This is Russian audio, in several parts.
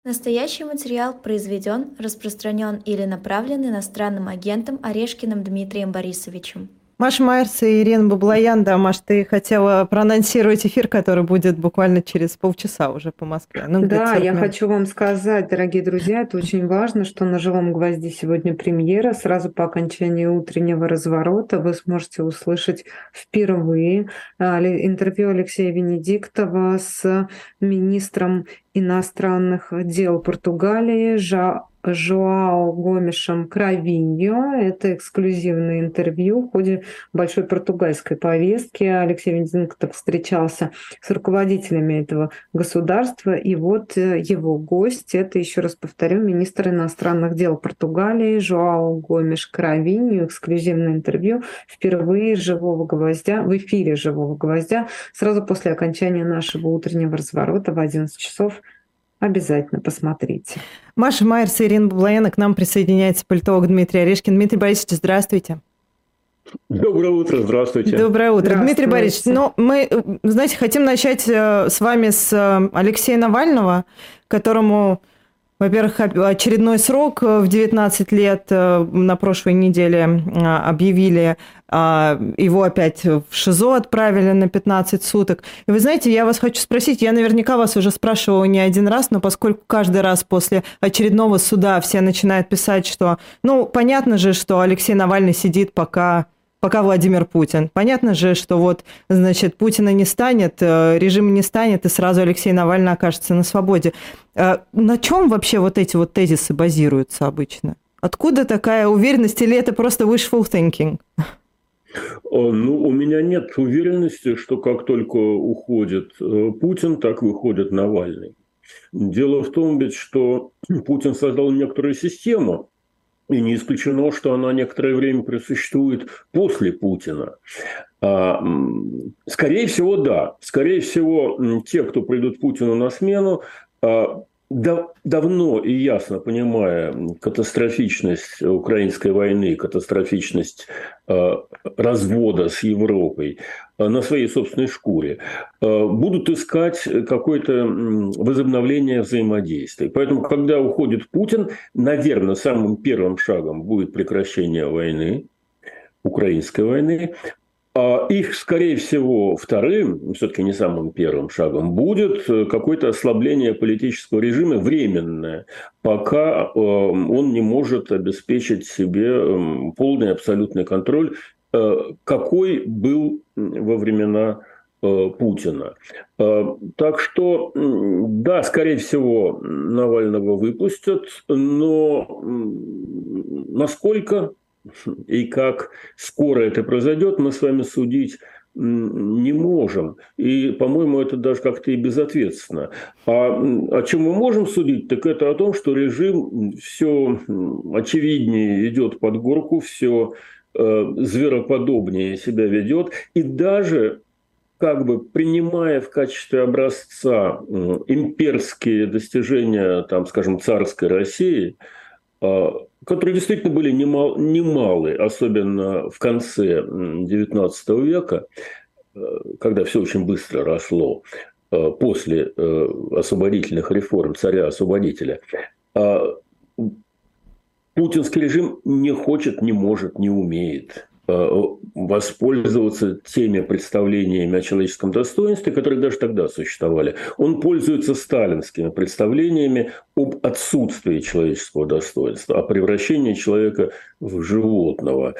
Настоящий материал произведен, распространен или направлен иностранным агентом Орешкиным Дмитрием Борисовичем. Маша Майерс и Ирина Баблоян. Да, Маш, ты хотела проанонсировать эфир, который будет буквально через полчаса уже по Москве. Ну, где-то Да, 40 я минут. хочу вам сказать, дорогие друзья, это очень важно, что на «Живом гвозде» сегодня премьера. Сразу по окончании утреннего разворота вы сможете услышать впервые интервью Алексея Венедиктова с министром иностранных дел Португалии Жоао Гомешем Кравиньо. Это эксклюзивное интервью в ходе большой португальской повестки. Алексей Венедиктов встречался с руководителями этого государства. И вот его гость, это, еще раз повторю, министр иностранных дел Португалии Жоао Гомеш Кравиньо. Эксклюзивное интервью впервые «Живого гвоздя», в эфире «Живого гвоздя» сразу после окончания нашего утреннего разворота в 11 часов. Обязательно посмотрите. Маша Майерс и Ирина Баблоян, к нам присоединяется политолог Дмитрий Орешкин. Дмитрий Борисович, здравствуйте. Доброе утро, здравствуйте. Доброе утро. Дмитрий Борисович, мы, знаете, хотим начать с вами с Алексея Навального, которому, во-первых, очередной срок в 19 лет на прошлой неделе объявили, его опять в ШИЗО отправили на 15 суток. И вы знаете, я вас хочу спросить, я наверняка вас уже спрашивала не один раз, но поскольку каждый раз после очередного суда все начинают писать, что, понятно же, что Алексей Навальный сидит пока Владимир Путин. Понятно же, что Путина не станет, режима не станет, и сразу Алексей Навальный окажется на свободе. На чем вообще эти тезисы базируются обычно? Откуда такая уверенность, или это просто wishful thinking? У меня нет уверенности, что как только уходит Путин, так выходит Навальный. Дело в том, что Путин создал некоторую систему, и не исключено, что она некоторое время просуществует после Путина. Скорее всего, да. Скорее всего, те, кто придут Путину на смену, давно и ясно понимая катастрофичность украинской войны, катастрофичность развода с Европой на своей собственной шкуре, будут искать какое-то возобновление взаимодействия. Поэтому, когда уходит Путин, наверное, самым первым шагом будет прекращение войны, украинской войны. Их, скорее всего, вторым, все-таки не самым первым шагом, будет какое-то ослабление политического режима временное, пока он не может обеспечить себе полный абсолютный контроль, какой был во времена Путина. Так что, да, скорее всего, Навального выпустят, но насколько и как скоро это произойдет, мы с вами судить не можем. И, по-моему, это даже как-то и безответственно. О чем мы можем судить, так это о том, что режим все очевиднее идет под горку, все звероподобнее себя ведет. И даже принимая в качестве образца имперские достижения, скажем, царской России, которые действительно были немалы, особенно в конце XIX века, когда все очень быстро росло после освободительных реформ царя-освободителя. Путинский режим не хочет, не может, не умеет воспользоваться теми представлениями о человеческом достоинстве, которые даже тогда существовали. Он пользуется сталинскими представлениями об отсутствии человеческого достоинства, о превращении человека в животное,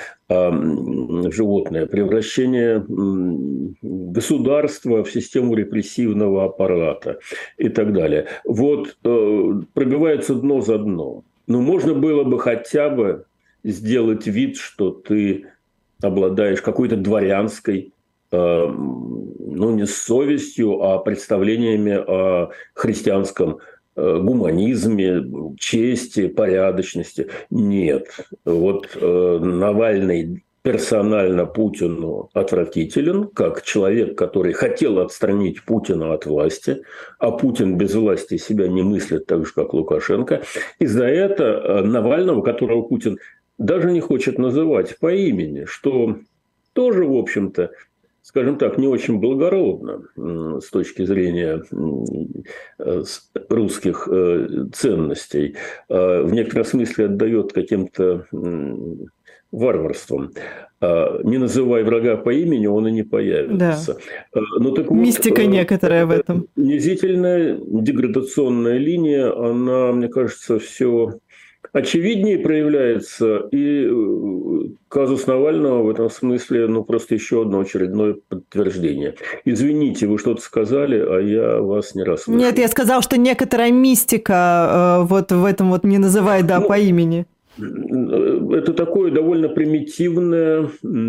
превращение государства в систему репрессивного аппарата и так далее. Пробивается дно за дном. Можно было бы хотя бы сделать вид, что ты обладаешь какой-то дворянской, не совестью, а представлениями о христианском гуманизме, чести, порядочности. Нет. Навальный персонально Путину отвратителен, как человек, который хотел отстранить Путина от власти, а Путин без власти себя не мыслит так же, как Лукашенко. И за это Навального, которого Путин даже не хочет называть по имени, что тоже, в общем-то, скажем так, не очень благородно с точки зрения русских ценностей. В некотором смысле отдает каким-то варварством. Не называй врага по имени, он и не появится. Да. Ну, так мистика некоторая в этом. Унизительная деградационная линия, она, мне кажется, все очевиднее проявляется, и казус Навального в этом смысле, ну, просто еще одно очередное подтверждение. Извините, вы что-то сказали, а я вас не расслышал. Нет, я сказал, что некоторая мистика вот в этом вот «не называй по имени». Это такое довольно примитивное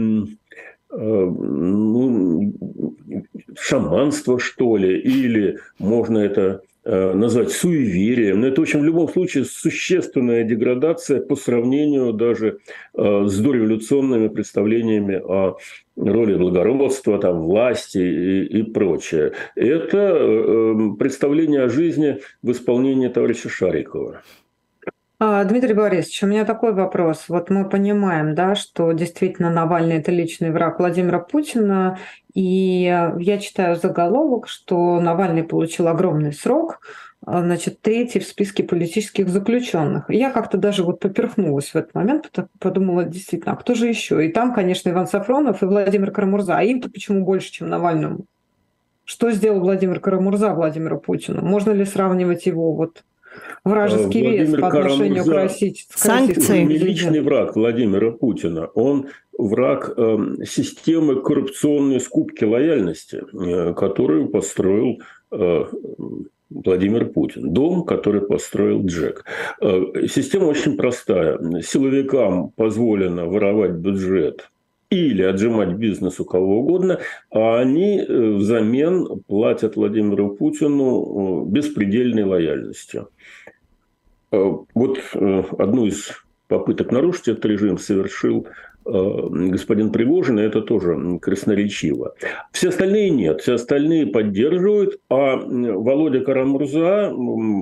шаманство, что ли, или можно это назвать суеверием. Но это, в общем, в любом случае существенная деградация по сравнению даже с дореволюционными представлениями о роли благородства, там, власти и прочее. Это представление о жизни в исполнении товарища Шарикова. Дмитрий Борисович, у меня такой вопрос. Вот мы понимаем, да, что действительно Навальный – это личный враг Владимира Путина, и я читаю заголовок, что Навальный получил огромный срок, значит, 3-й в списке политических заключенных. Я как-то даже вот поперхнулась в этот момент, подумала, действительно, а кто же еще? И там, конечно, Иван Сафронов и Владимир Карамурза. А им-то почему больше, чем Навальному? Что сделал Владимир Карамурза Владимиру Путину? Можно ли сравнивать его вот вражеский вес по отношению к санкции? Не личный враг Владимира Путина, он враг системы коррупционной скупки лояльности, которую построил Владимир Путин. Дом, который построил Джек. Система очень простая. Силовикам позволено воровать бюджет или отжимать бизнес у кого угодно, а они взамен платят Владимиру Путину беспредельной лояльностью. Вот одну из попыток нарушить этот режим совершил господин Пригожин, и это тоже красноречиво. Все остальные нет, все остальные поддерживают, а Володя Карамурза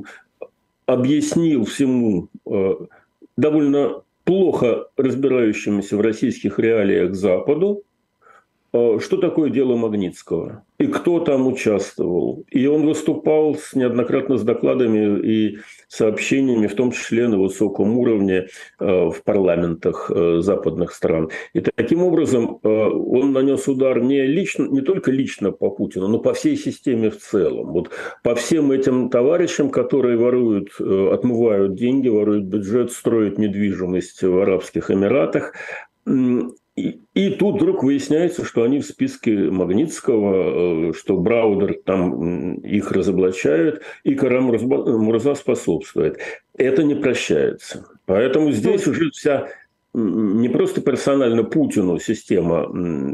объяснил всему довольно плохо разбирающемуся в российских реалиях Западу, что такое дело Магнитского и кто там участвовал. И он выступал неоднократно с докладами и сообщениями, в том числе на высоком уровне в парламентах западных стран. И таким образом он нанес удар не только лично по Путину, но по всей системе в целом. Вот по всем этим товарищам, которые воруют, отмывают деньги, воруют бюджет, строят недвижимость в Арабских Эмиратах. И тут вдруг выясняется, что они в списке Магнитского, что Браудер там их разоблачает, и Карамурза способствует. Это не прощается. Поэтому здесь уже вся не просто персонально Путину система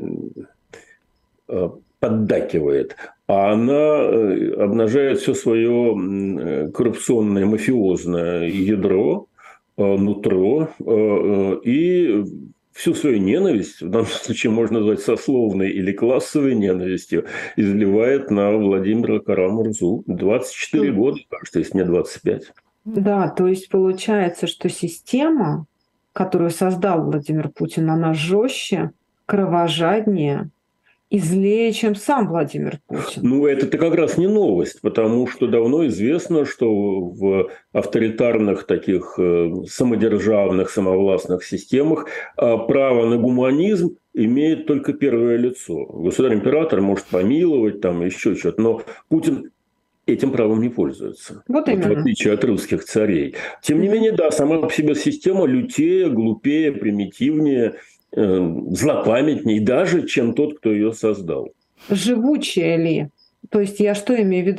поддакивает, а она обнажает все свое коррупционное, мафиозное ядро, нутро и всю свою ненависть, в данном случае можно назвать сословной или классовой ненавистью, изливает на Владимира Карамурзу. 24 года, кажется, если не 25. Да, то есть получается, что система, которую создал Владимир Путин, она жестче, кровожаднее и злее, чем сам Владимир Путин. Ну, это как раз не новость, потому что давно известно, что в авторитарных таких самодержавных, самовластных системах право на гуманизм имеет только первое лицо. Государь-император может помиловать, там еще что-то, но Путин этим правом не пользуется. Вот именно. В отличие от русских царей. Тем не менее, да, сама по себе система лютее, глупее, примитивнее, злопамятней даже, чем тот, кто ее создал. Живучая ли? То есть я что имею в виду,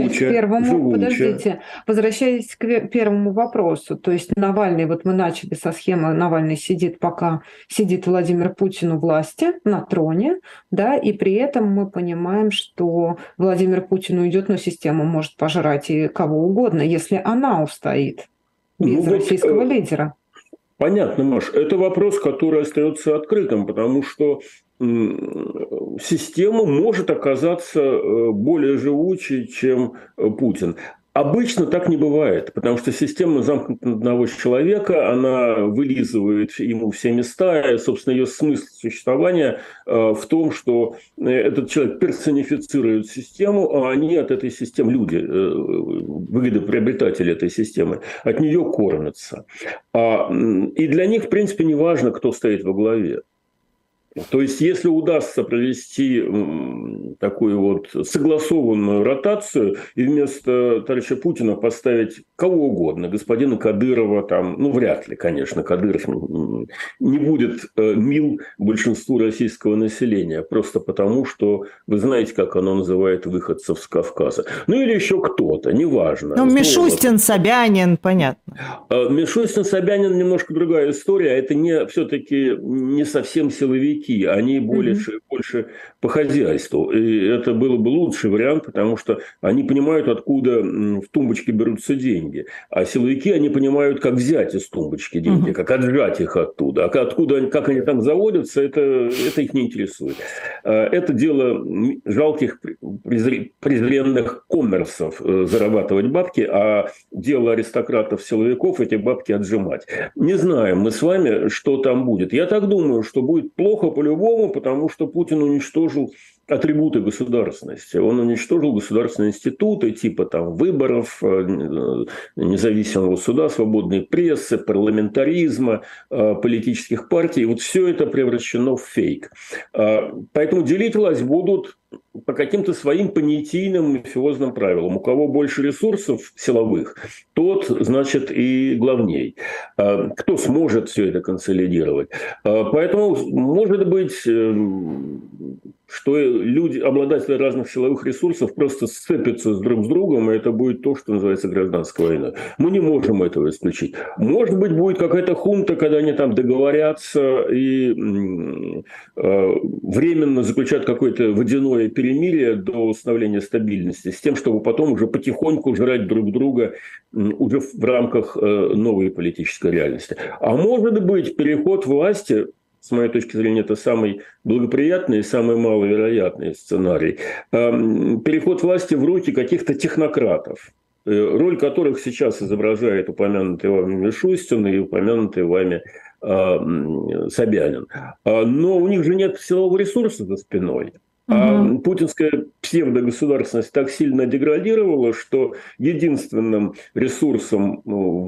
возвращаясь к первому вопросу. То есть Навальный, вот мы начали со схемы, Навальный сидит, пока сидит Владимир Путин у власти, на троне, да, и при этом мы понимаем, что Владимир Путин уйдет, но система может пожрать и кого угодно, если она устоит без российского лидера. Понятно, Маш. Это вопрос, который остается открытым, потому что система может оказаться более живучей, чем Путин. Обычно так не бывает, потому что система замкнута на одного человека, она вылизывает ему все места, и, собственно, ее смысл существования в том, что этот человек персонифицирует систему, а они от этой системы, люди, выгодоприобретатели этой системы, от нее кормятся. И для них, в принципе, не важно, кто стоит во главе. То есть, если удастся провести такую вот согласованную ротацию и вместо товарища Путина поставить кого угодно, господина Кадырова, там, ну, вряд ли, конечно, Кадыров не будет мил большинству российского населения, просто потому, что вы знаете, как оно называет выходцев с Кавказа. Ну, или еще кто-то, неважно. Ну, Мишустин, Собянин, понятно. Мишустин, Собянин немножко другая история. Это все-таки не совсем силовики. Они больше по хозяйству. И это было бы лучший вариант, потому что они понимают, откуда в тумбочке берутся деньги. А силовики, они понимают, как взять из тумбочки деньги, как отжать их оттуда. А откуда, как они там заводятся, это их не интересует. Это дело жалких презренных коммерсов зарабатывать бабки, а дело аристократов-силовиков эти бабки отжимать. Не знаем мы с вами, что там будет. Я так думаю, что будет плохо по-любому, потому что Путин уничтожил атрибуты государственности. Он уничтожил государственные институты типа там выборов, независимого суда, свободной прессы, парламентаризма, политических партий. Вот все это превращено в фейк. Поэтому делить власть будут по каким-то своим понятийным мафиозным правилам. У кого больше ресурсов силовых, тот, значит, и главней. Кто сможет все это консолидировать? Поэтому, может быть, что люди, обладатели разных силовых ресурсов, просто сцепятся друг с другом, и это будет то, что называется гражданская война. Мы не можем этого исключить. Может быть, будет какая-то хунта, когда они там договорятся и временно заключат какое-то водяное перемирие до установления стабильности, с тем, чтобы потом уже потихоньку жрать друг друга уже в рамках новой политической реальности. А может быть, переход власти, с моей точки зрения, это самый благоприятный и самый маловероятный сценарий. Переход власти в руки каких-то технократов, роль которых сейчас изображает упомянутый вами Мишустин и упомянутый вами Собянин. Но у них же нет силового ресурса за спиной. А путинская псевдогосударственность так сильно деградировала, что единственным ресурсом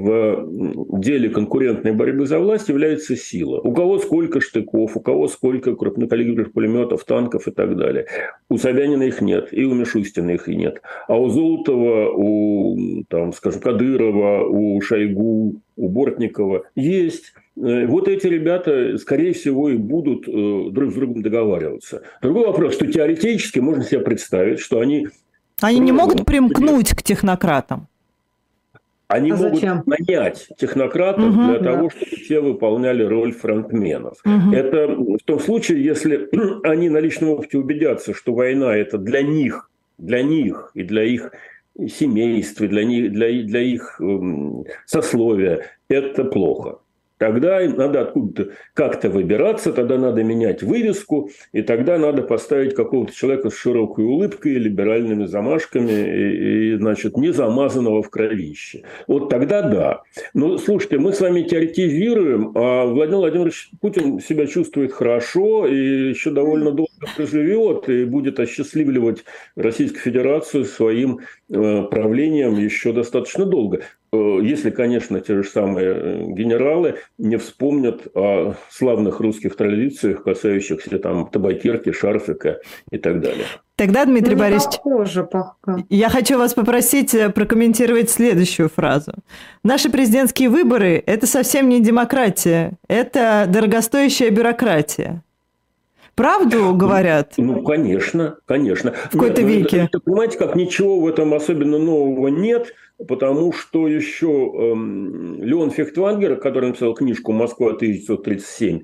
в деле конкурентной борьбы за власть является сила. У кого сколько штыков, у кого сколько крупнокалиберных пулеметов, танков и так далее. У Собянина их нет, и у Мишустина их и нет. А у Золотова, у, там, скажем, Кадырова, у Шойгу, у Бортникова есть. Вот эти ребята, скорее всего, и будут друг с другом договариваться. Другой вопрос, что теоретически можно себе представить, что они... Они не могут примкнуть к технократам? Они могут нанять технократов для того, чтобы те выполняли роль фронтменов. Это в том случае, если они на личном опыте убедятся, что война – это для них и для их семейств, и для их сословия – это плохо. Тогда надо откуда-то как-то выбираться, тогда надо менять вывеску, и тогда надо поставить какого-то человека с широкой улыбкой, либеральными замашками и значит, не замазанного в кровище. Вот тогда да. Но, слушайте, мы с вами теоретизируем, а Владимир Владимирович Путин себя чувствует хорошо и еще довольно долго проживет и будет осчастливливать Российскую Федерацию своим правлением еще достаточно долго. Если, конечно, те же самые генералы не вспомнят о славных русских традициях, касающихся там табакерки, шарфика и так далее. Тогда, Дмитрий Борисович, я хочу вас попросить прокомментировать следующую фразу. Наши президентские выборы – это совсем не демократия, это дорогостоящая бюрократия. Правду говорят? Ну, конечно. В какой-то веке. Это, понимаете, как ничего в этом особенно нового нет, потому что еще Леон Фехтвангер, который написал книжку «Москва 1937»,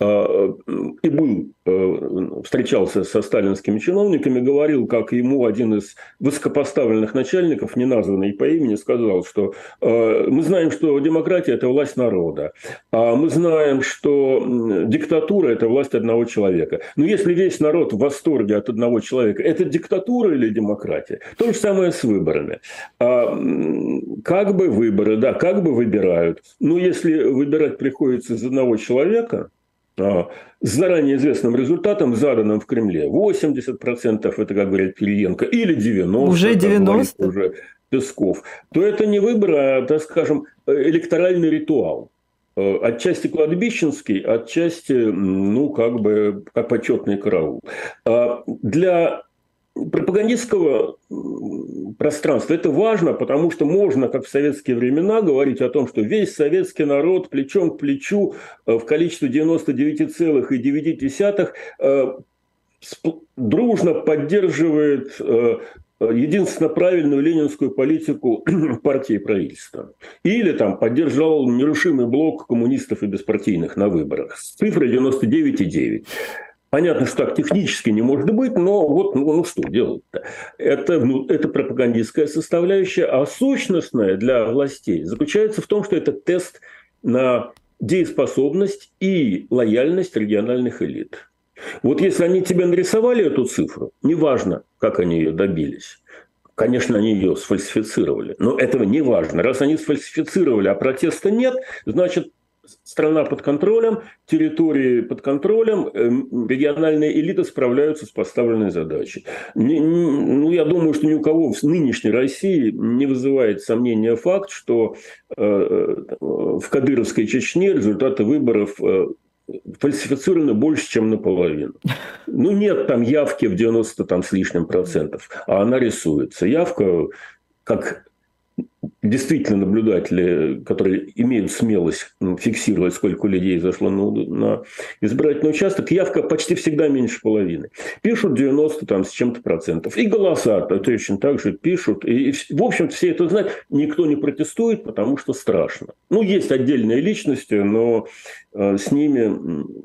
и встречался со сталинскими чиновниками, говорил, как ему один из высокопоставленных начальников, не названный по имени, сказал, что мы знаем, что демократия – это власть народа, а мы знаем, что диктатура – это власть одного человека. Но если весь народ в восторге от одного человека, это диктатура или демократия? То же самое с выборами. Как бы выборы, да, как бы выбирают. Но если выбирать приходится из одного человека, с заранее известным результатом, заданным в Кремле, 80%, это, как говорит Кириенко, или 90%, уже 90%. Уже Песков, то это не выбор, а, так скажем, электоральный ритуал. Отчасти кладбищенский, отчасти, ну, как бы, как почетный караул. Для пропагандистского пространства это важно, потому что можно, как в советские времена, говорить о том, что весь советский народ плечом к плечу в количестве 99,9 дружно поддерживает единственно правильную ленинскую политику партии и правительства. Или там поддержал нерушимый блок коммунистов и беспартийных на выборах с цифрой 99,9. Понятно, что так технически не может быть, но вот ну что делать-то? Это пропагандистская составляющая, а сущностная для властей заключается в том, что это тест на дееспособность и лояльность региональных элит. Вот если они тебе нарисовали эту цифру, неважно, как они ее добились. Конечно, они ее сфальсифицировали, но этого не важно. Раз они сфальсифицировали, а протеста нет, значит, страна под контролем, территории под контролем, региональные элиты справляются с поставленной задачей. Я думаю, что ни у кого в нынешней России не вызывает сомнения факт, что в кадыровской Чечне результаты выборов фальсифицированы больше, чем наполовину. Нет там явки в 90 там, с лишним процентов, а она рисуется. Явка, как действительно наблюдатели, которые имеют смелость фиксировать, сколько людей зашло на избирательный участок, явка почти всегда меньше половины. Пишут 90 там, с чем-то процентов. И голоса точно так же пишут. И, в общем, все это знают. Никто не протестует, потому что страшно. Есть отдельные личности, но с ними,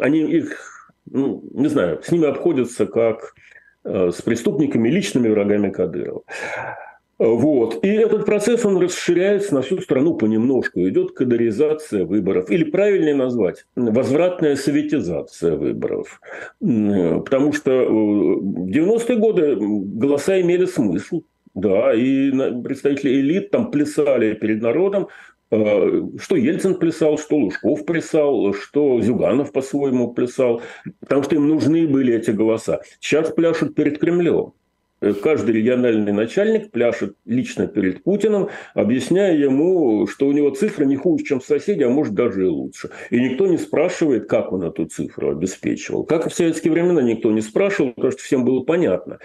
с ними обходятся как с преступниками, личными врагами Кадырова. Вот. И этот процесс, он расширяется на всю страну понемножку. Идет кадыризация выборов. Или правильнее назвать, возвратная советизация выборов. Потому что в 90-е годы голоса имели смысл. Да, и представители элит там плясали перед народом. Что Ельцин плясал, что Лужков плясал, что Зюганов по-своему плясал. Потому что им нужны были эти голоса. Сейчас пляшут перед Кремлем. Каждый региональный начальник пляшет лично перед Путиным, объясняя ему, что у него цифра не хуже, чем соседи, а может даже и лучше. И никто не спрашивает, как он эту цифру обеспечивал. Как и в советские времена никто не спрашивал, потому что всем было понятно.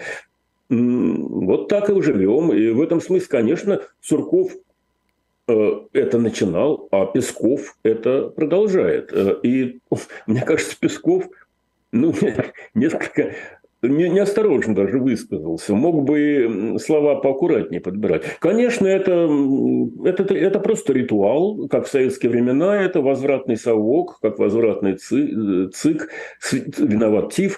Вот так и живем. И в этом смысле, конечно, Сурков это начинал, а Песков это продолжает. И мне кажется, Песков несколько неосторожно даже высказался. Мог бы слова поаккуратнее подбирать. Конечно, это просто ритуал, как в советские времена. Это возвратный совок, как возвратный ЦИК, виноват ТИФ.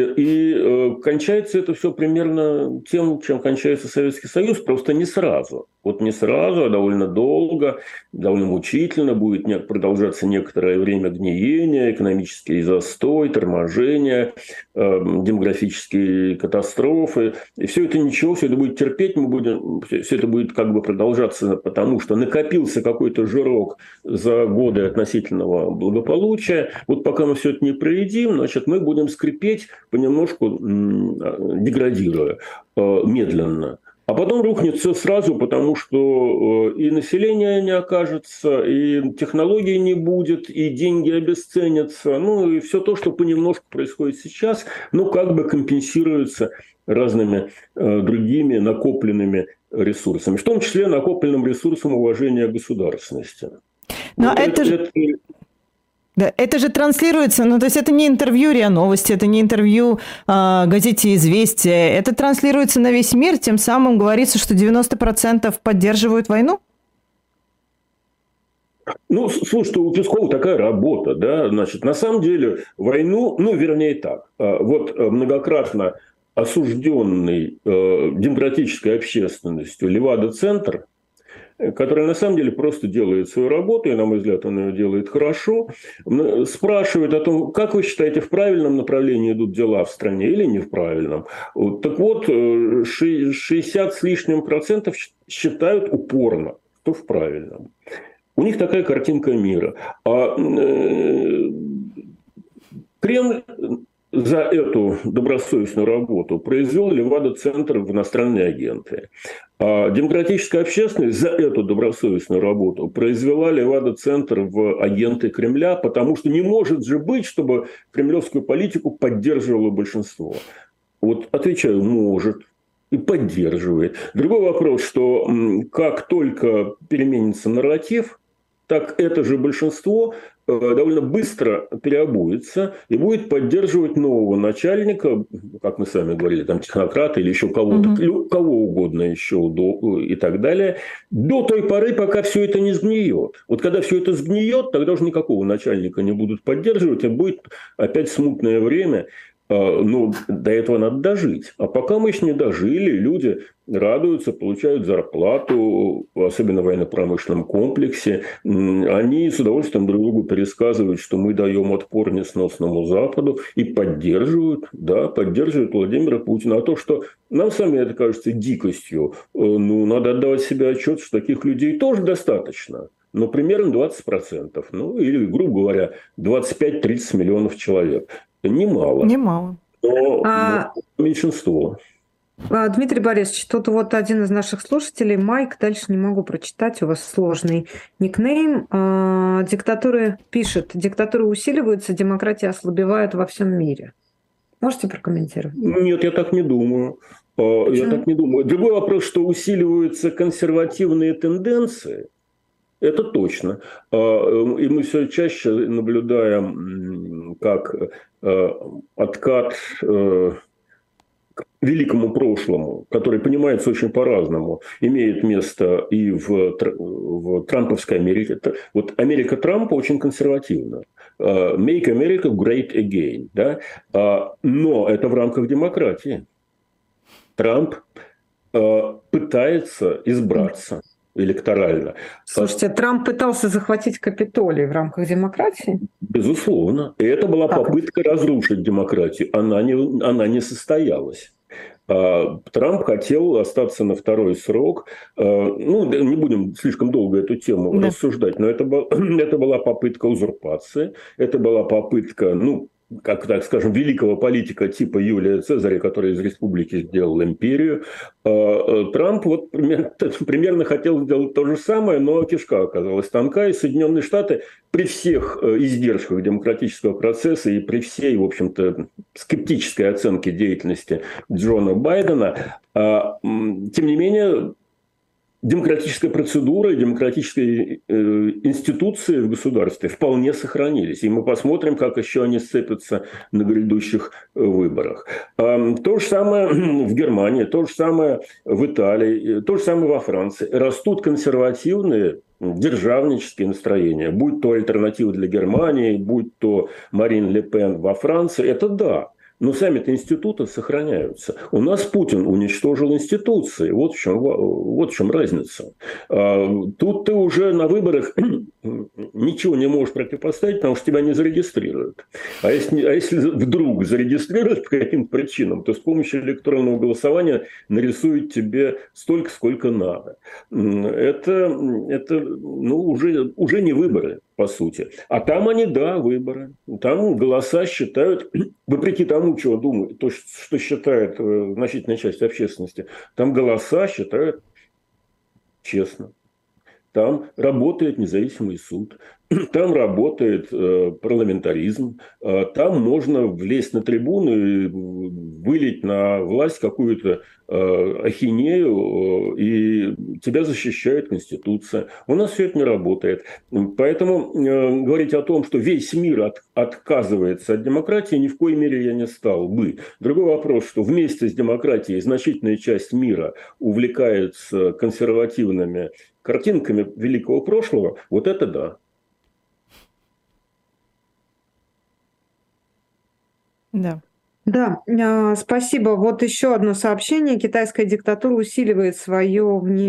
И кончается это все примерно тем, чем кончается Советский Союз, просто не сразу. Вот не сразу, а довольно долго, довольно мучительно будет продолжаться некоторое время гниения, экономический застой, торможение, демографические катастрофы. И все это ничего, все это будет терпеть, все это будет как бы продолжаться, потому что накопился какой-то жирок за годы относительного благополучия. Вот пока мы все это не проедим, значит, мы будем скрипеть, понемножку деградируя, медленно. А потом рухнет все сразу, потому что и население не окажется, и технологий не будет, и деньги обесценятся. И все то, что понемножку происходит сейчас, как бы компенсируется разными другими накопленными ресурсами. В том числе накопленным ресурсом уважения государственности. Но это же транслируется, то есть это не интервью РИА Новости, это не интервью газете «Известия», это транслируется на весь мир, тем самым говорится, что 90% поддерживают войну? Ну, слушай, у Пескова такая работа, да, значит, на самом деле войну, ну, вернее так, вот многократно осужденный демократической общественностью Левада-центр, который на самом деле просто делает свою работу, и, на мой взгляд, он ее делает хорошо, спрашивает о том, как вы считаете, в правильном направлении идут дела в стране или не в правильном. Так вот, 60 с лишним процентов считают упорно, что в правильном. У них такая картинка мира. А Кремль за эту добросовестную работу произвел Левада-центр в иностранные агенты. А демократическая общественность за эту добросовестную работу произвела Левада-центр в агенты Кремля, потому что не может же быть, чтобы кремлевскую политику поддерживало большинство. Вот отвечаю, может. И поддерживает. Другой вопрос, что как только переменится нарратив, так это же большинство довольно быстро переобуется и будет поддерживать нового начальника, как мы с вами говорили, там технократа или еще кого-то, кого угодно еще и так далее, до той поры, пока все это не сгниет. Вот когда все это сгниет, тогда уже никакого начальника не будут поддерживать, и будет опять смутное время. Но до этого надо дожить. А пока мы еще не дожили, люди радуются, получают зарплату, особенно в военно-промышленном комплексе. Они с удовольствием друг другу пересказывают, что мы даем отпор несносному Западу и поддерживают Владимира Путина. А то, что нам сами это кажется дикостью, ну, надо отдавать себе отчет, что таких людей тоже достаточно. Но примерно 20%. Ну, или, грубо говоря, 25-30 миллионов человек. Немало. Немало. Но меньшинство. Дмитрий Борисович, тут вот один из наших слушателей, Майк, дальше не могу прочитать, у вас сложный никнейм. Диктатуры пишет, диктатуры усиливаются, демократия ослабевает во всем мире. Можете прокомментировать? Нет, я так не думаю. Я так не думаю. Другой вопрос, что усиливаются консервативные тенденции. Это точно. И мы все чаще наблюдаем, как откат к великому прошлому, который понимается очень по-разному, имеет место и в трамповской Америке. Вот Америка Трампа очень консервативна. Make America great again. Да? Но это в рамках демократии. Трамп пытается избраться электорально. Слушайте, Трамп пытался захватить Капитолий в рамках демократии? Безусловно. И это была попытка разрушить демократию. Она не состоялась. Трамп хотел остаться на второй срок. Ну, не будем слишком долго эту тему рассуждать, но это была попытка узурпации. Это была попытка, ну, как, так скажем, великого политика типа Юлия Цезаря, который из республики сделал империю. Трамп вот примерно хотел сделать то же самое, но кишка оказалась тонка, и Соединенные Штаты при всех издержках демократического процесса и при всей, в общем-то, скептической оценке деятельности Джона Байдена, тем не менее, демократическая процедура и демократические институции в государстве вполне сохранились. И мы посмотрим, как еще они сцепятся на грядущих выборах. То же самое в Германии, то же самое в Италии, то же самое во Франции. Растут консервативные державнические настроения. Будь то альтернатива для Германии, будь то Марин Ле Пен во Франции. Это да. Но сами-то институты сохраняются. У нас Путин уничтожил институции. Вот в чем разница. Тут ты уже на выборах ничего не можешь противопоставить, потому что тебя не зарегистрируют. А если вдруг зарегистрируют по каким-то причинам, то с помощью электронного голосования нарисуют тебе столько, сколько надо. Это уже не выборы, по сути. А там они, да, выборы. Там голоса считают, вопреки тому, чего думают, то, что считает значительная часть общественности, там голоса считают честно. Там работает независимый суд, там работает парламентаризм, там можно влезть на трибуну и вылить на власть какую-то ахинею, и тебя защищает Конституция. У нас все это не работает. Поэтому говорить о том, что весь мир отказывается от демократии, ни в коей мере я не стал бы. Другой вопрос, что вместе с демократией значительная часть мира увлекается консервативными картинками великого прошлого, вот это да. Да. Да, спасибо. Вот еще одно сообщение. Китайская диктатура усиливает свое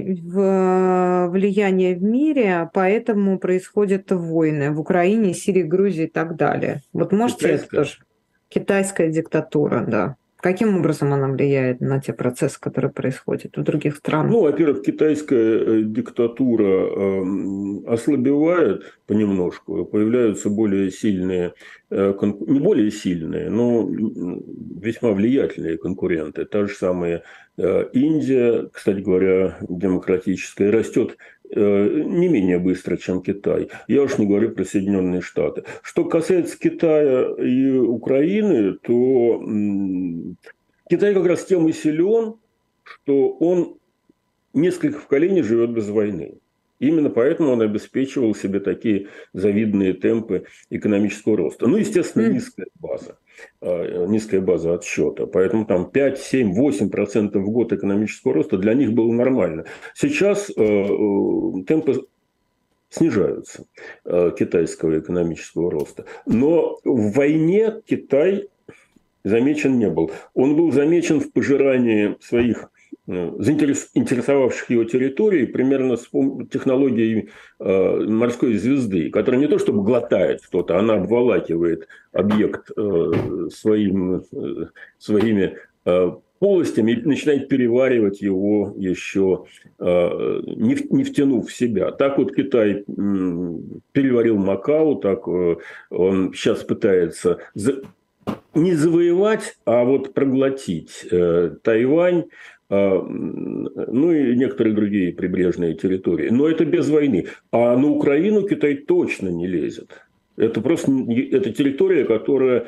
влияние в мире, поэтому происходят войны в Украине, Сирии, Грузии и так далее. Вот можете это Китайская? тоже? Китайская диктатура, да. Каким образом она влияет на те процессы, которые происходят в других странах? Ну, во-первых, китайская диктатура ослабевает понемножку, появляются более сильные, не более сильные, но весьма влиятельные конкуренты. Та же самая Индия, кстати говоря, демократическая, растет не менее быстро, чем Китай. Я уж не говорю про Соединенные Штаты. Что касается Китая и Украины, то Китай как раз тем и силен, что он несколько поколений живет без войны. Именно поэтому он обеспечивал себе такие завидные темпы экономического роста. Ну, естественно, низкая база отсчета. Поэтому там 5, 7, 8% в год экономического роста для них было нормально. Сейчас темпы снижаются китайского экономического роста. Но в войне Китай замечен не был. Он был замечен в пожирании своих заинтересовавших его территорий примерно с технологией морской звезды, которая не то чтобы глотает что-то, она обволакивает объект своими полостями и начинает переваривать его еще, не втянув в себя. Так вот Китай переварил Макао, так он сейчас пытается не завоевать, а вот проглотить Тайвань, ну и некоторые другие прибрежные территории. Но это без войны. А на Украину Китай точно не лезет. Это просто это территория, которая...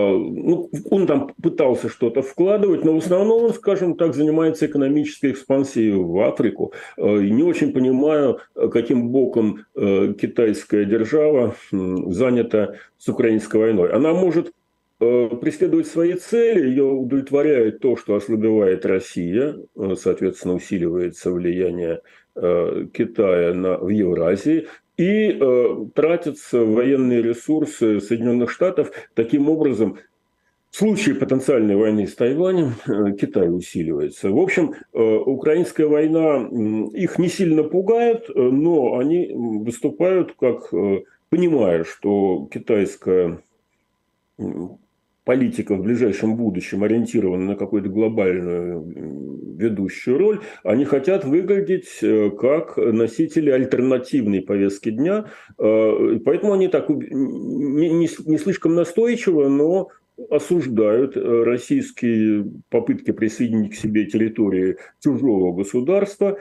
он там пытался что-то вкладывать, но в основном он, скажем так, занимается экономической экспансией в Африку. Не очень понимаю, каким боком китайская держава занята с украинской войной. Она может преследовать свои цели, ее удовлетворяет то, что ослабевает Россия, соответственно, усиливается влияние Китая в Евразии, и тратятся военные ресурсы Соединенных Штатов. Таким образом, в случае потенциальной войны с Тайванем Китай усиливается. В общем, украинская война их не сильно пугает, но они выступают как, понимая, что китайская политика в ближайшем будущем ориентирована на какую-то глобальную ведущую роль, они хотят выглядеть как носители альтернативной повестки дня. Поэтому они так не слишком настойчиво, но осуждают российские попытки присоединить к себе территории чужого государства,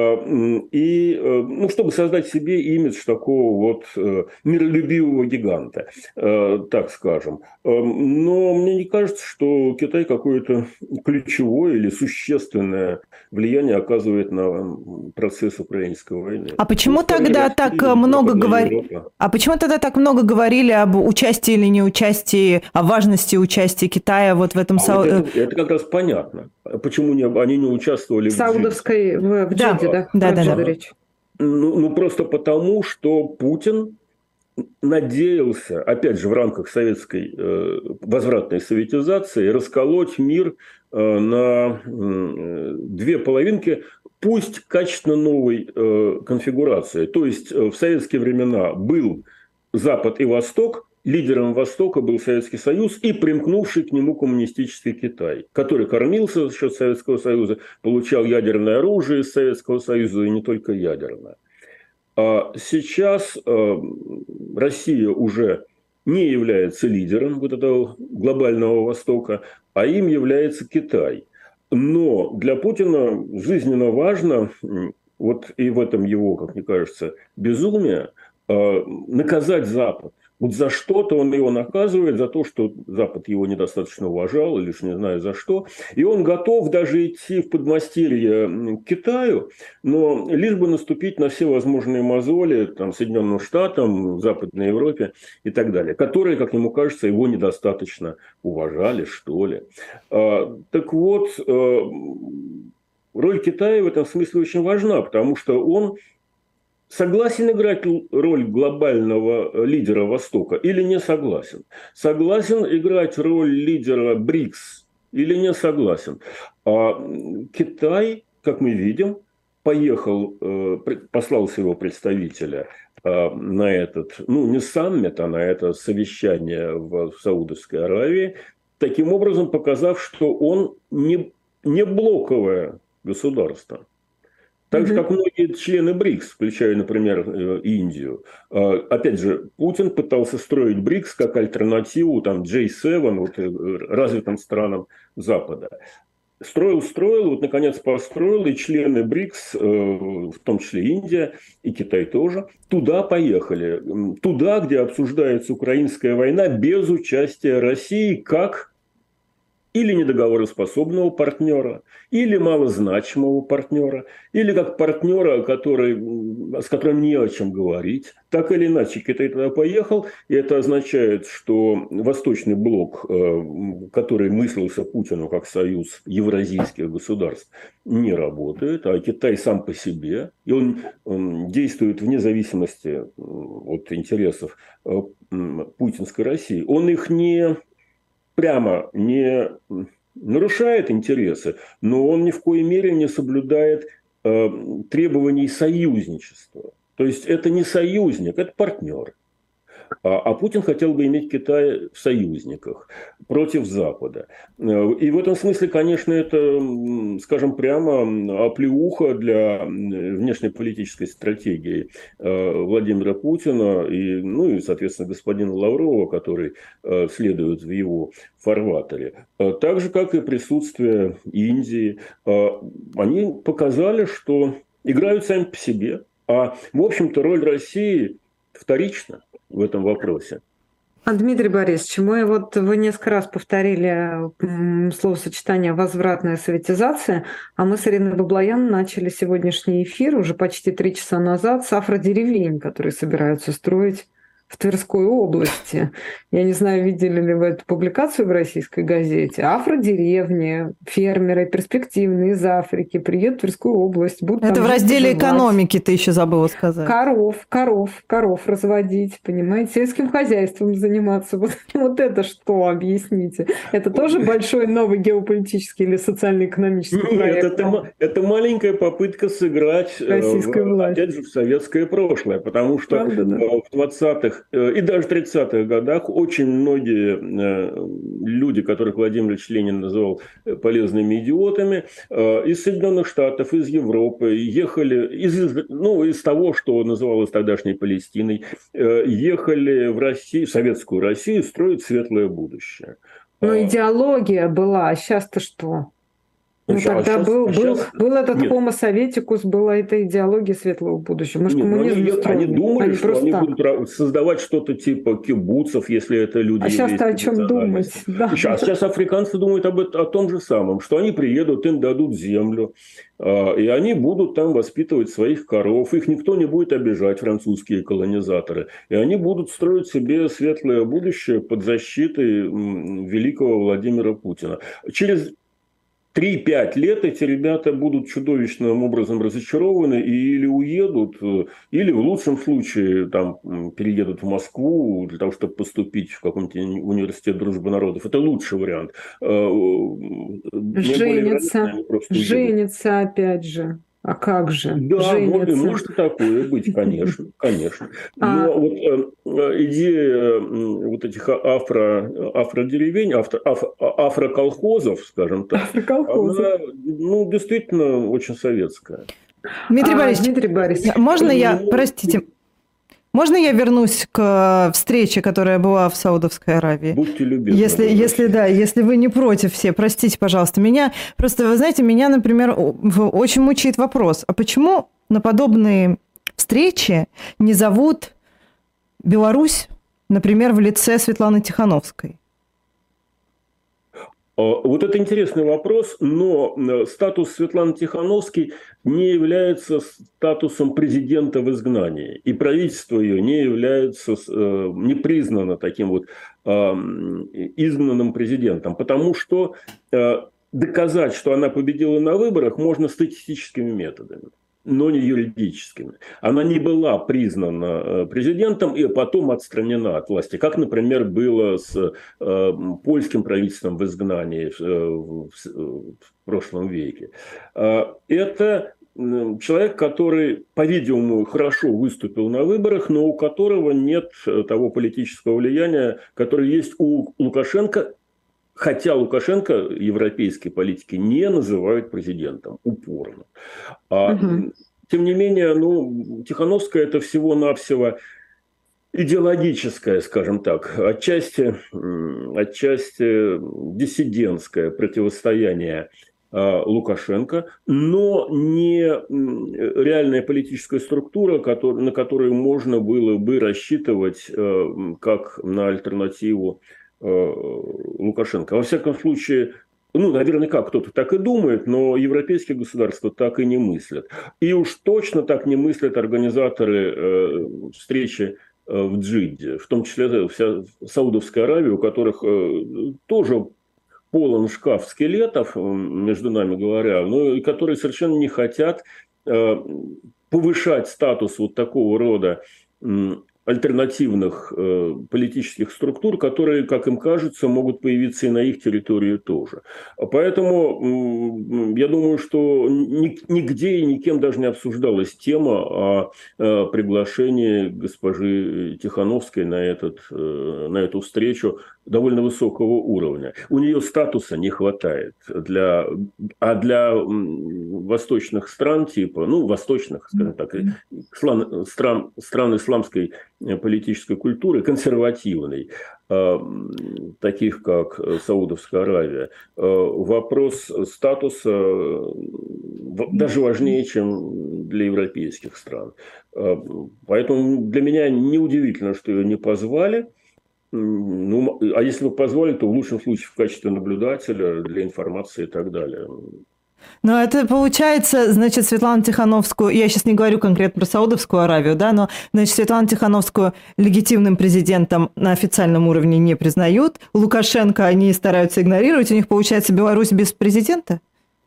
и, чтобы создать себе имидж такого вот миролюбивого гиганта, так скажем. Но мне не кажется, что Китай какое-то ключевое или существенное влияние оказывает на процесс украинской войны. А почему тогда так много говорили? А почему тогда так много говорили об участии или неучастии, о важности участия Китая вот в этом это как раз понятно. Почему они не участвовали в Саудовской в Джиде, да. Ну, просто потому, что Путин надеялся, опять же, в рамках советской возвратной советизации, расколоть мир на две половинки, пусть качественно новой конфигурации. То есть в советские времена был Запад и Восток, лидером Востока был Советский Союз и примкнувший к нему коммунистический Китай, который кормился за счет Советского Союза, получал ядерное оружие из Советского Союза и не только ядерное. А сейчас Россия уже не является лидером вот этого глобального Востока, а им является Китай. Но для Путина жизненно важно, вот и в этом его, как мне кажется, безумие, наказать Запад. Вот за что-то он его наказывает, за то, что Запад его недостаточно уважал, или не знаю за что. И он готов даже идти в подмастерье к Китаю, но лишь бы наступить на все возможные мозоли там, Соединенным Штатам, Западной Европе и так далее, которые, как ему кажется, его недостаточно уважали, что ли. Так вот, роль Китая в этом смысле очень важна, потому что он согласен играть роль глобального лидера Востока или не согласен? Согласен играть роль лидера БРИКС или не согласен? А Китай, как мы видим, послал своего представителя на этот, не саммит, а на это совещание в Саудовской Аравии, таким образом показав, что он не блоковое государство. Так же, как многие члены БРИКС, включая, например, Индию. Опять же, Путин пытался строить БРИКС как альтернативу G7, развитым странам Запада. Строил, вот наконец построил, и члены БРИКС, в том числе Индия и Китай тоже, туда поехали. Туда, где обсуждается украинская война без участия России как или недоговороспособного партнера, или малозначимого партнера, или как партнера, с которым не о чем говорить. Так или иначе, Китай туда поехал, и это означает, что Восточный блок, который мыслился Путину как союз евразийских государств, не работает, а Китай сам по себе, и он действует вне зависимости от интересов путинской России. Он их прямо не нарушает интересы, но он ни в коей мере не соблюдает требований союзничества. То есть это не союзник, это партнер. А Путин хотел бы иметь Китай в союзниках против Запада. И в этом смысле, конечно, это, скажем прямо, оплеуха для внешнеполитической стратегии Владимира Путина и, соответственно, господина Лаврова, который следует в его фарватере. Так же, как и присутствие Индии. Они показали, что играют сами по себе. А, в общем-то, роль России вторична в этом вопросе. Дмитрий Борисович, вы несколько раз повторили словосочетание «возвратная советизация», а мы с Ириной Баблоян начали сегодняшний эфир уже почти 3 часа назад с афродеревень, которые собираются строить в Тверской области. Я не знаю, видели ли вы эту публикацию в российской газете. Афродеревни, фермеры перспективные из Африки приедут в Тверскую область. Это в разделе экономики, ты еще забыла сказать. Коров разводить, понимаете, сельским хозяйством заниматься. Вот это что, объясните? Это тоже большой новый геополитический или социально-экономический проект? Нет, это маленькая попытка сыграть, опять же, в советское прошлое, потому что в 20-х и даже 30-х годах очень многие люди, которых Владимир Ильич Ленин называл полезными идиотами, из Соединенных Штатов, из Европы, ехали из того, что называлось тогдашней Палестиной, ехали в Россию, в советскую Россию строить светлое будущее. Но идеология была, а сейчас-то что? Тогда был этот Homo Советикус, была эта идеология светлого будущего. Может, они думали, что они будут создавать что-то типа кибуцев, если это люди. А сейчас-то о чем думать? Да. Сейчас африканцы думают о том же самом, что они приедут, им дадут землю, и они будут там воспитывать своих коров. Их никто не будет обижать, французские колонизаторы. И они будут строить себе светлое будущее под защитой великого Владимира Путина. Через 3-5 лет эти ребята будут чудовищным образом разочарованы и или уедут, или в лучшем случае переедут в Москву для того, чтобы поступить в какой-нибудь университет дружбы народов. Это лучший вариант. Женятся опять же. А как же? Да, может такое быть, конечно. Но идея этих афродеревень, афроколхозов, скажем так, она действительно очень советская. Дмитрий Борисович, можно я вернусь к встрече, которая была в Саудовской Аравии? Будьте любезны. Если вы не против все, простите, пожалуйста. Меня, например, очень мучает вопрос, а почему на подобные встречи не зовут Беларусь, например, в лице Светланы Тихановской? Вот это интересный вопрос, но статус Светланы Тихановской не является статусом президента в изгнании. И правительство ее не признано таким изгнанным президентом. Потому что доказать, что она победила на выборах, можно статистическими методами. но не юридическими. Она не была признана президентом и потом отстранена от власти, как, например, было с польским правительством в изгнании в прошлом веке. Это человек, который, по-видимому, хорошо выступил на выборах, но у которого нет того политического влияния, которое есть у Лукашенко, хотя Лукашенко европейские политики не называют президентом упорно. Тем не менее, Тихановская – это всего-навсего идеологическое, скажем так, отчасти диссидентское противостояние Лукашенко, но не реальная политическая структура, на которую можно было бы рассчитывать как на альтернативу Лукашенко. Во всяком случае, наверняка кто-то так и думает, но европейские государства так и не мыслят. И уж точно так не мыслят организаторы встречи в Джидде, в том числе вся Саудовская Аравия, у которых тоже полон шкаф скелетов, между нами говоря, но и которые совершенно не хотят повышать статус вот такого рода альтернативных политических структур, которые, как им кажется, могут появиться и на их территории тоже. Поэтому я думаю, что нигде и никем даже не обсуждалась тема о приглашении госпожи Тихановской на эту встречу довольно высокого уровня. У нее статуса не хватает для восточных стран, восточных, скажем так, стран исламской политической культуры, консервативной, таких как Саудовская Аравия, вопрос статуса даже важнее, чем для европейских стран. Поэтому для меня неудивительно, что ее не позвали. А если бы позвали, то в лучшем случае в качестве наблюдателя для информации и так далее. Но это получается, значит, Светлану Тихановскую, я сейчас не говорю конкретно про Саудовскую Аравию, да, но, значит, Светлану Тихановскую легитимным президентом на официальном уровне не признают, Лукашенко они стараются игнорировать, у них получается Беларусь без президента?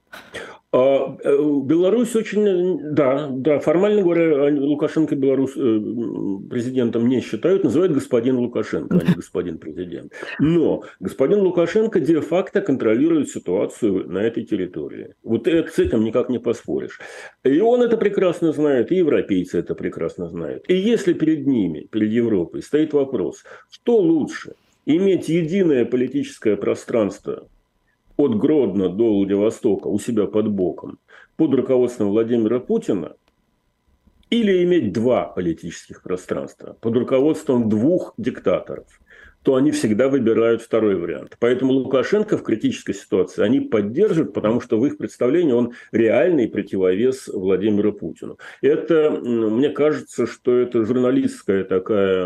Беларусь очень, да, формально говоря, Лукашенко Беларусь президентом не считают, называют господин Лукашенко, а не господин президент. Но господин Лукашенко де-факто контролирует ситуацию на этой территории. Вот с этим никак не поспоришь. И он это прекрасно знает, и европейцы это прекрасно знают. И если перед ними, перед Европой стоит вопрос, что лучше, иметь единое политическое пространство от Гродно до Владивостока у себя под боком под руководством Владимира Путина или иметь два политических пространства под руководством двух диктаторов, то они всегда выбирают второй вариант. Поэтому Лукашенко в критической ситуации они поддержат, потому что в их представлении он реальный противовес Владимиру Путину. Это, мне кажется, что это журналистская такая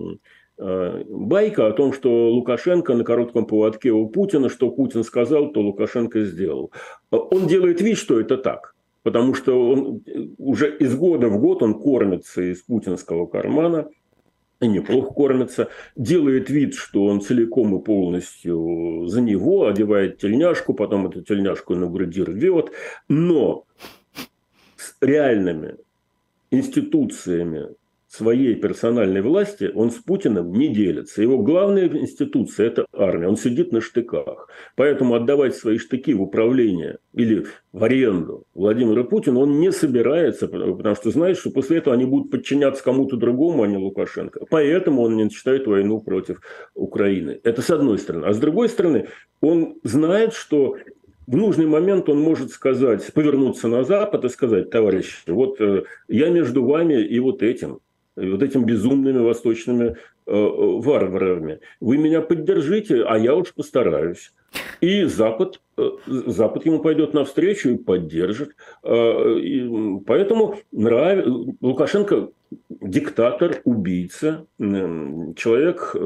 байка о том, что Лукашенко на коротком поводке у Путина, что Путин сказал, то Лукашенко сделал. Он делает вид, что это так, потому что он уже из года в год он кормится из путинского кармана, и неплохо кормится, делает вид, что он целиком и полностью за него, одевает тельняшку, потом эту тельняшку на груди рвет, но с реальными институциями своей персональной власти он с Путиным не делится. Его главная институция – это армия. Он сидит на штыках. Поэтому отдавать свои штыки в управление или в аренду Владимиру Путину он не собирается, потому что знает, что после этого они будут подчиняться кому-то другому, а не Лукашенко. Поэтому он не начинает войну против Украины. Это с одной стороны. А с другой стороны, он знает, что в нужный момент он может сказать, повернуться на Запад и сказать: товарищи, вот я между вами и вот этим безумными восточными варварами. Вы меня поддержите, а я уж постараюсь. И Запад ему пойдет навстречу и поддержит. Поэтому Лукашенко диктатор, убийца, человек,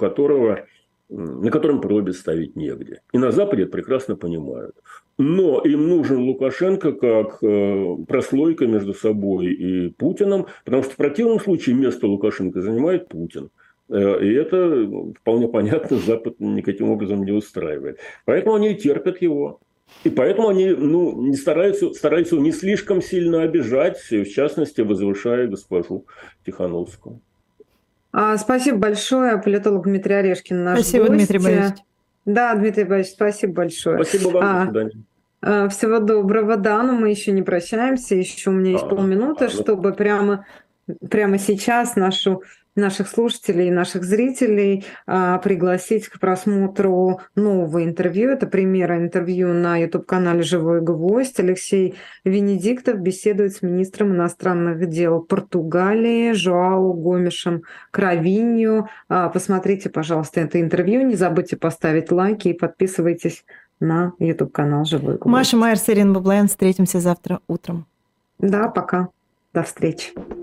на котором проби ставить негде. И на Западе это прекрасно понимают. Но им нужен Лукашенко как прослойка между собой и Путиным, потому что в противном случае место Лукашенко занимает Путин. И это вполне понятно, Запад никаким образом не устраивает. Поэтому они терпят его. И поэтому они не стараются не слишком сильно обижать, в частности, возвышая госпожу Тихановскую. Спасибо большое, политолог Дмитрий Орешкин, наш Спасибо, гость. Дмитрий Борисович. Да, Дмитрий Борисович, спасибо большое. Спасибо вам, до свидания. Всего доброго, да, но мы еще не прощаемся, еще у меня есть полминуты, чтобы прямо сейчас наших слушателей и наших зрителей пригласить к просмотру нового интервью. Это премьера интервью на YouTube-канале «Живой гвоздь». Алексей Венедиктов беседует с министром иностранных дел Португалии Жоау Гомешем Кравинью. Посмотрите, пожалуйста, это интервью. Не забудьте поставить лайки и подписывайтесь на YouTube-канал «Живой гвоздь». Маша Майер, Ирина Баблоян. Встретимся завтра утром. Да, пока. До встречи.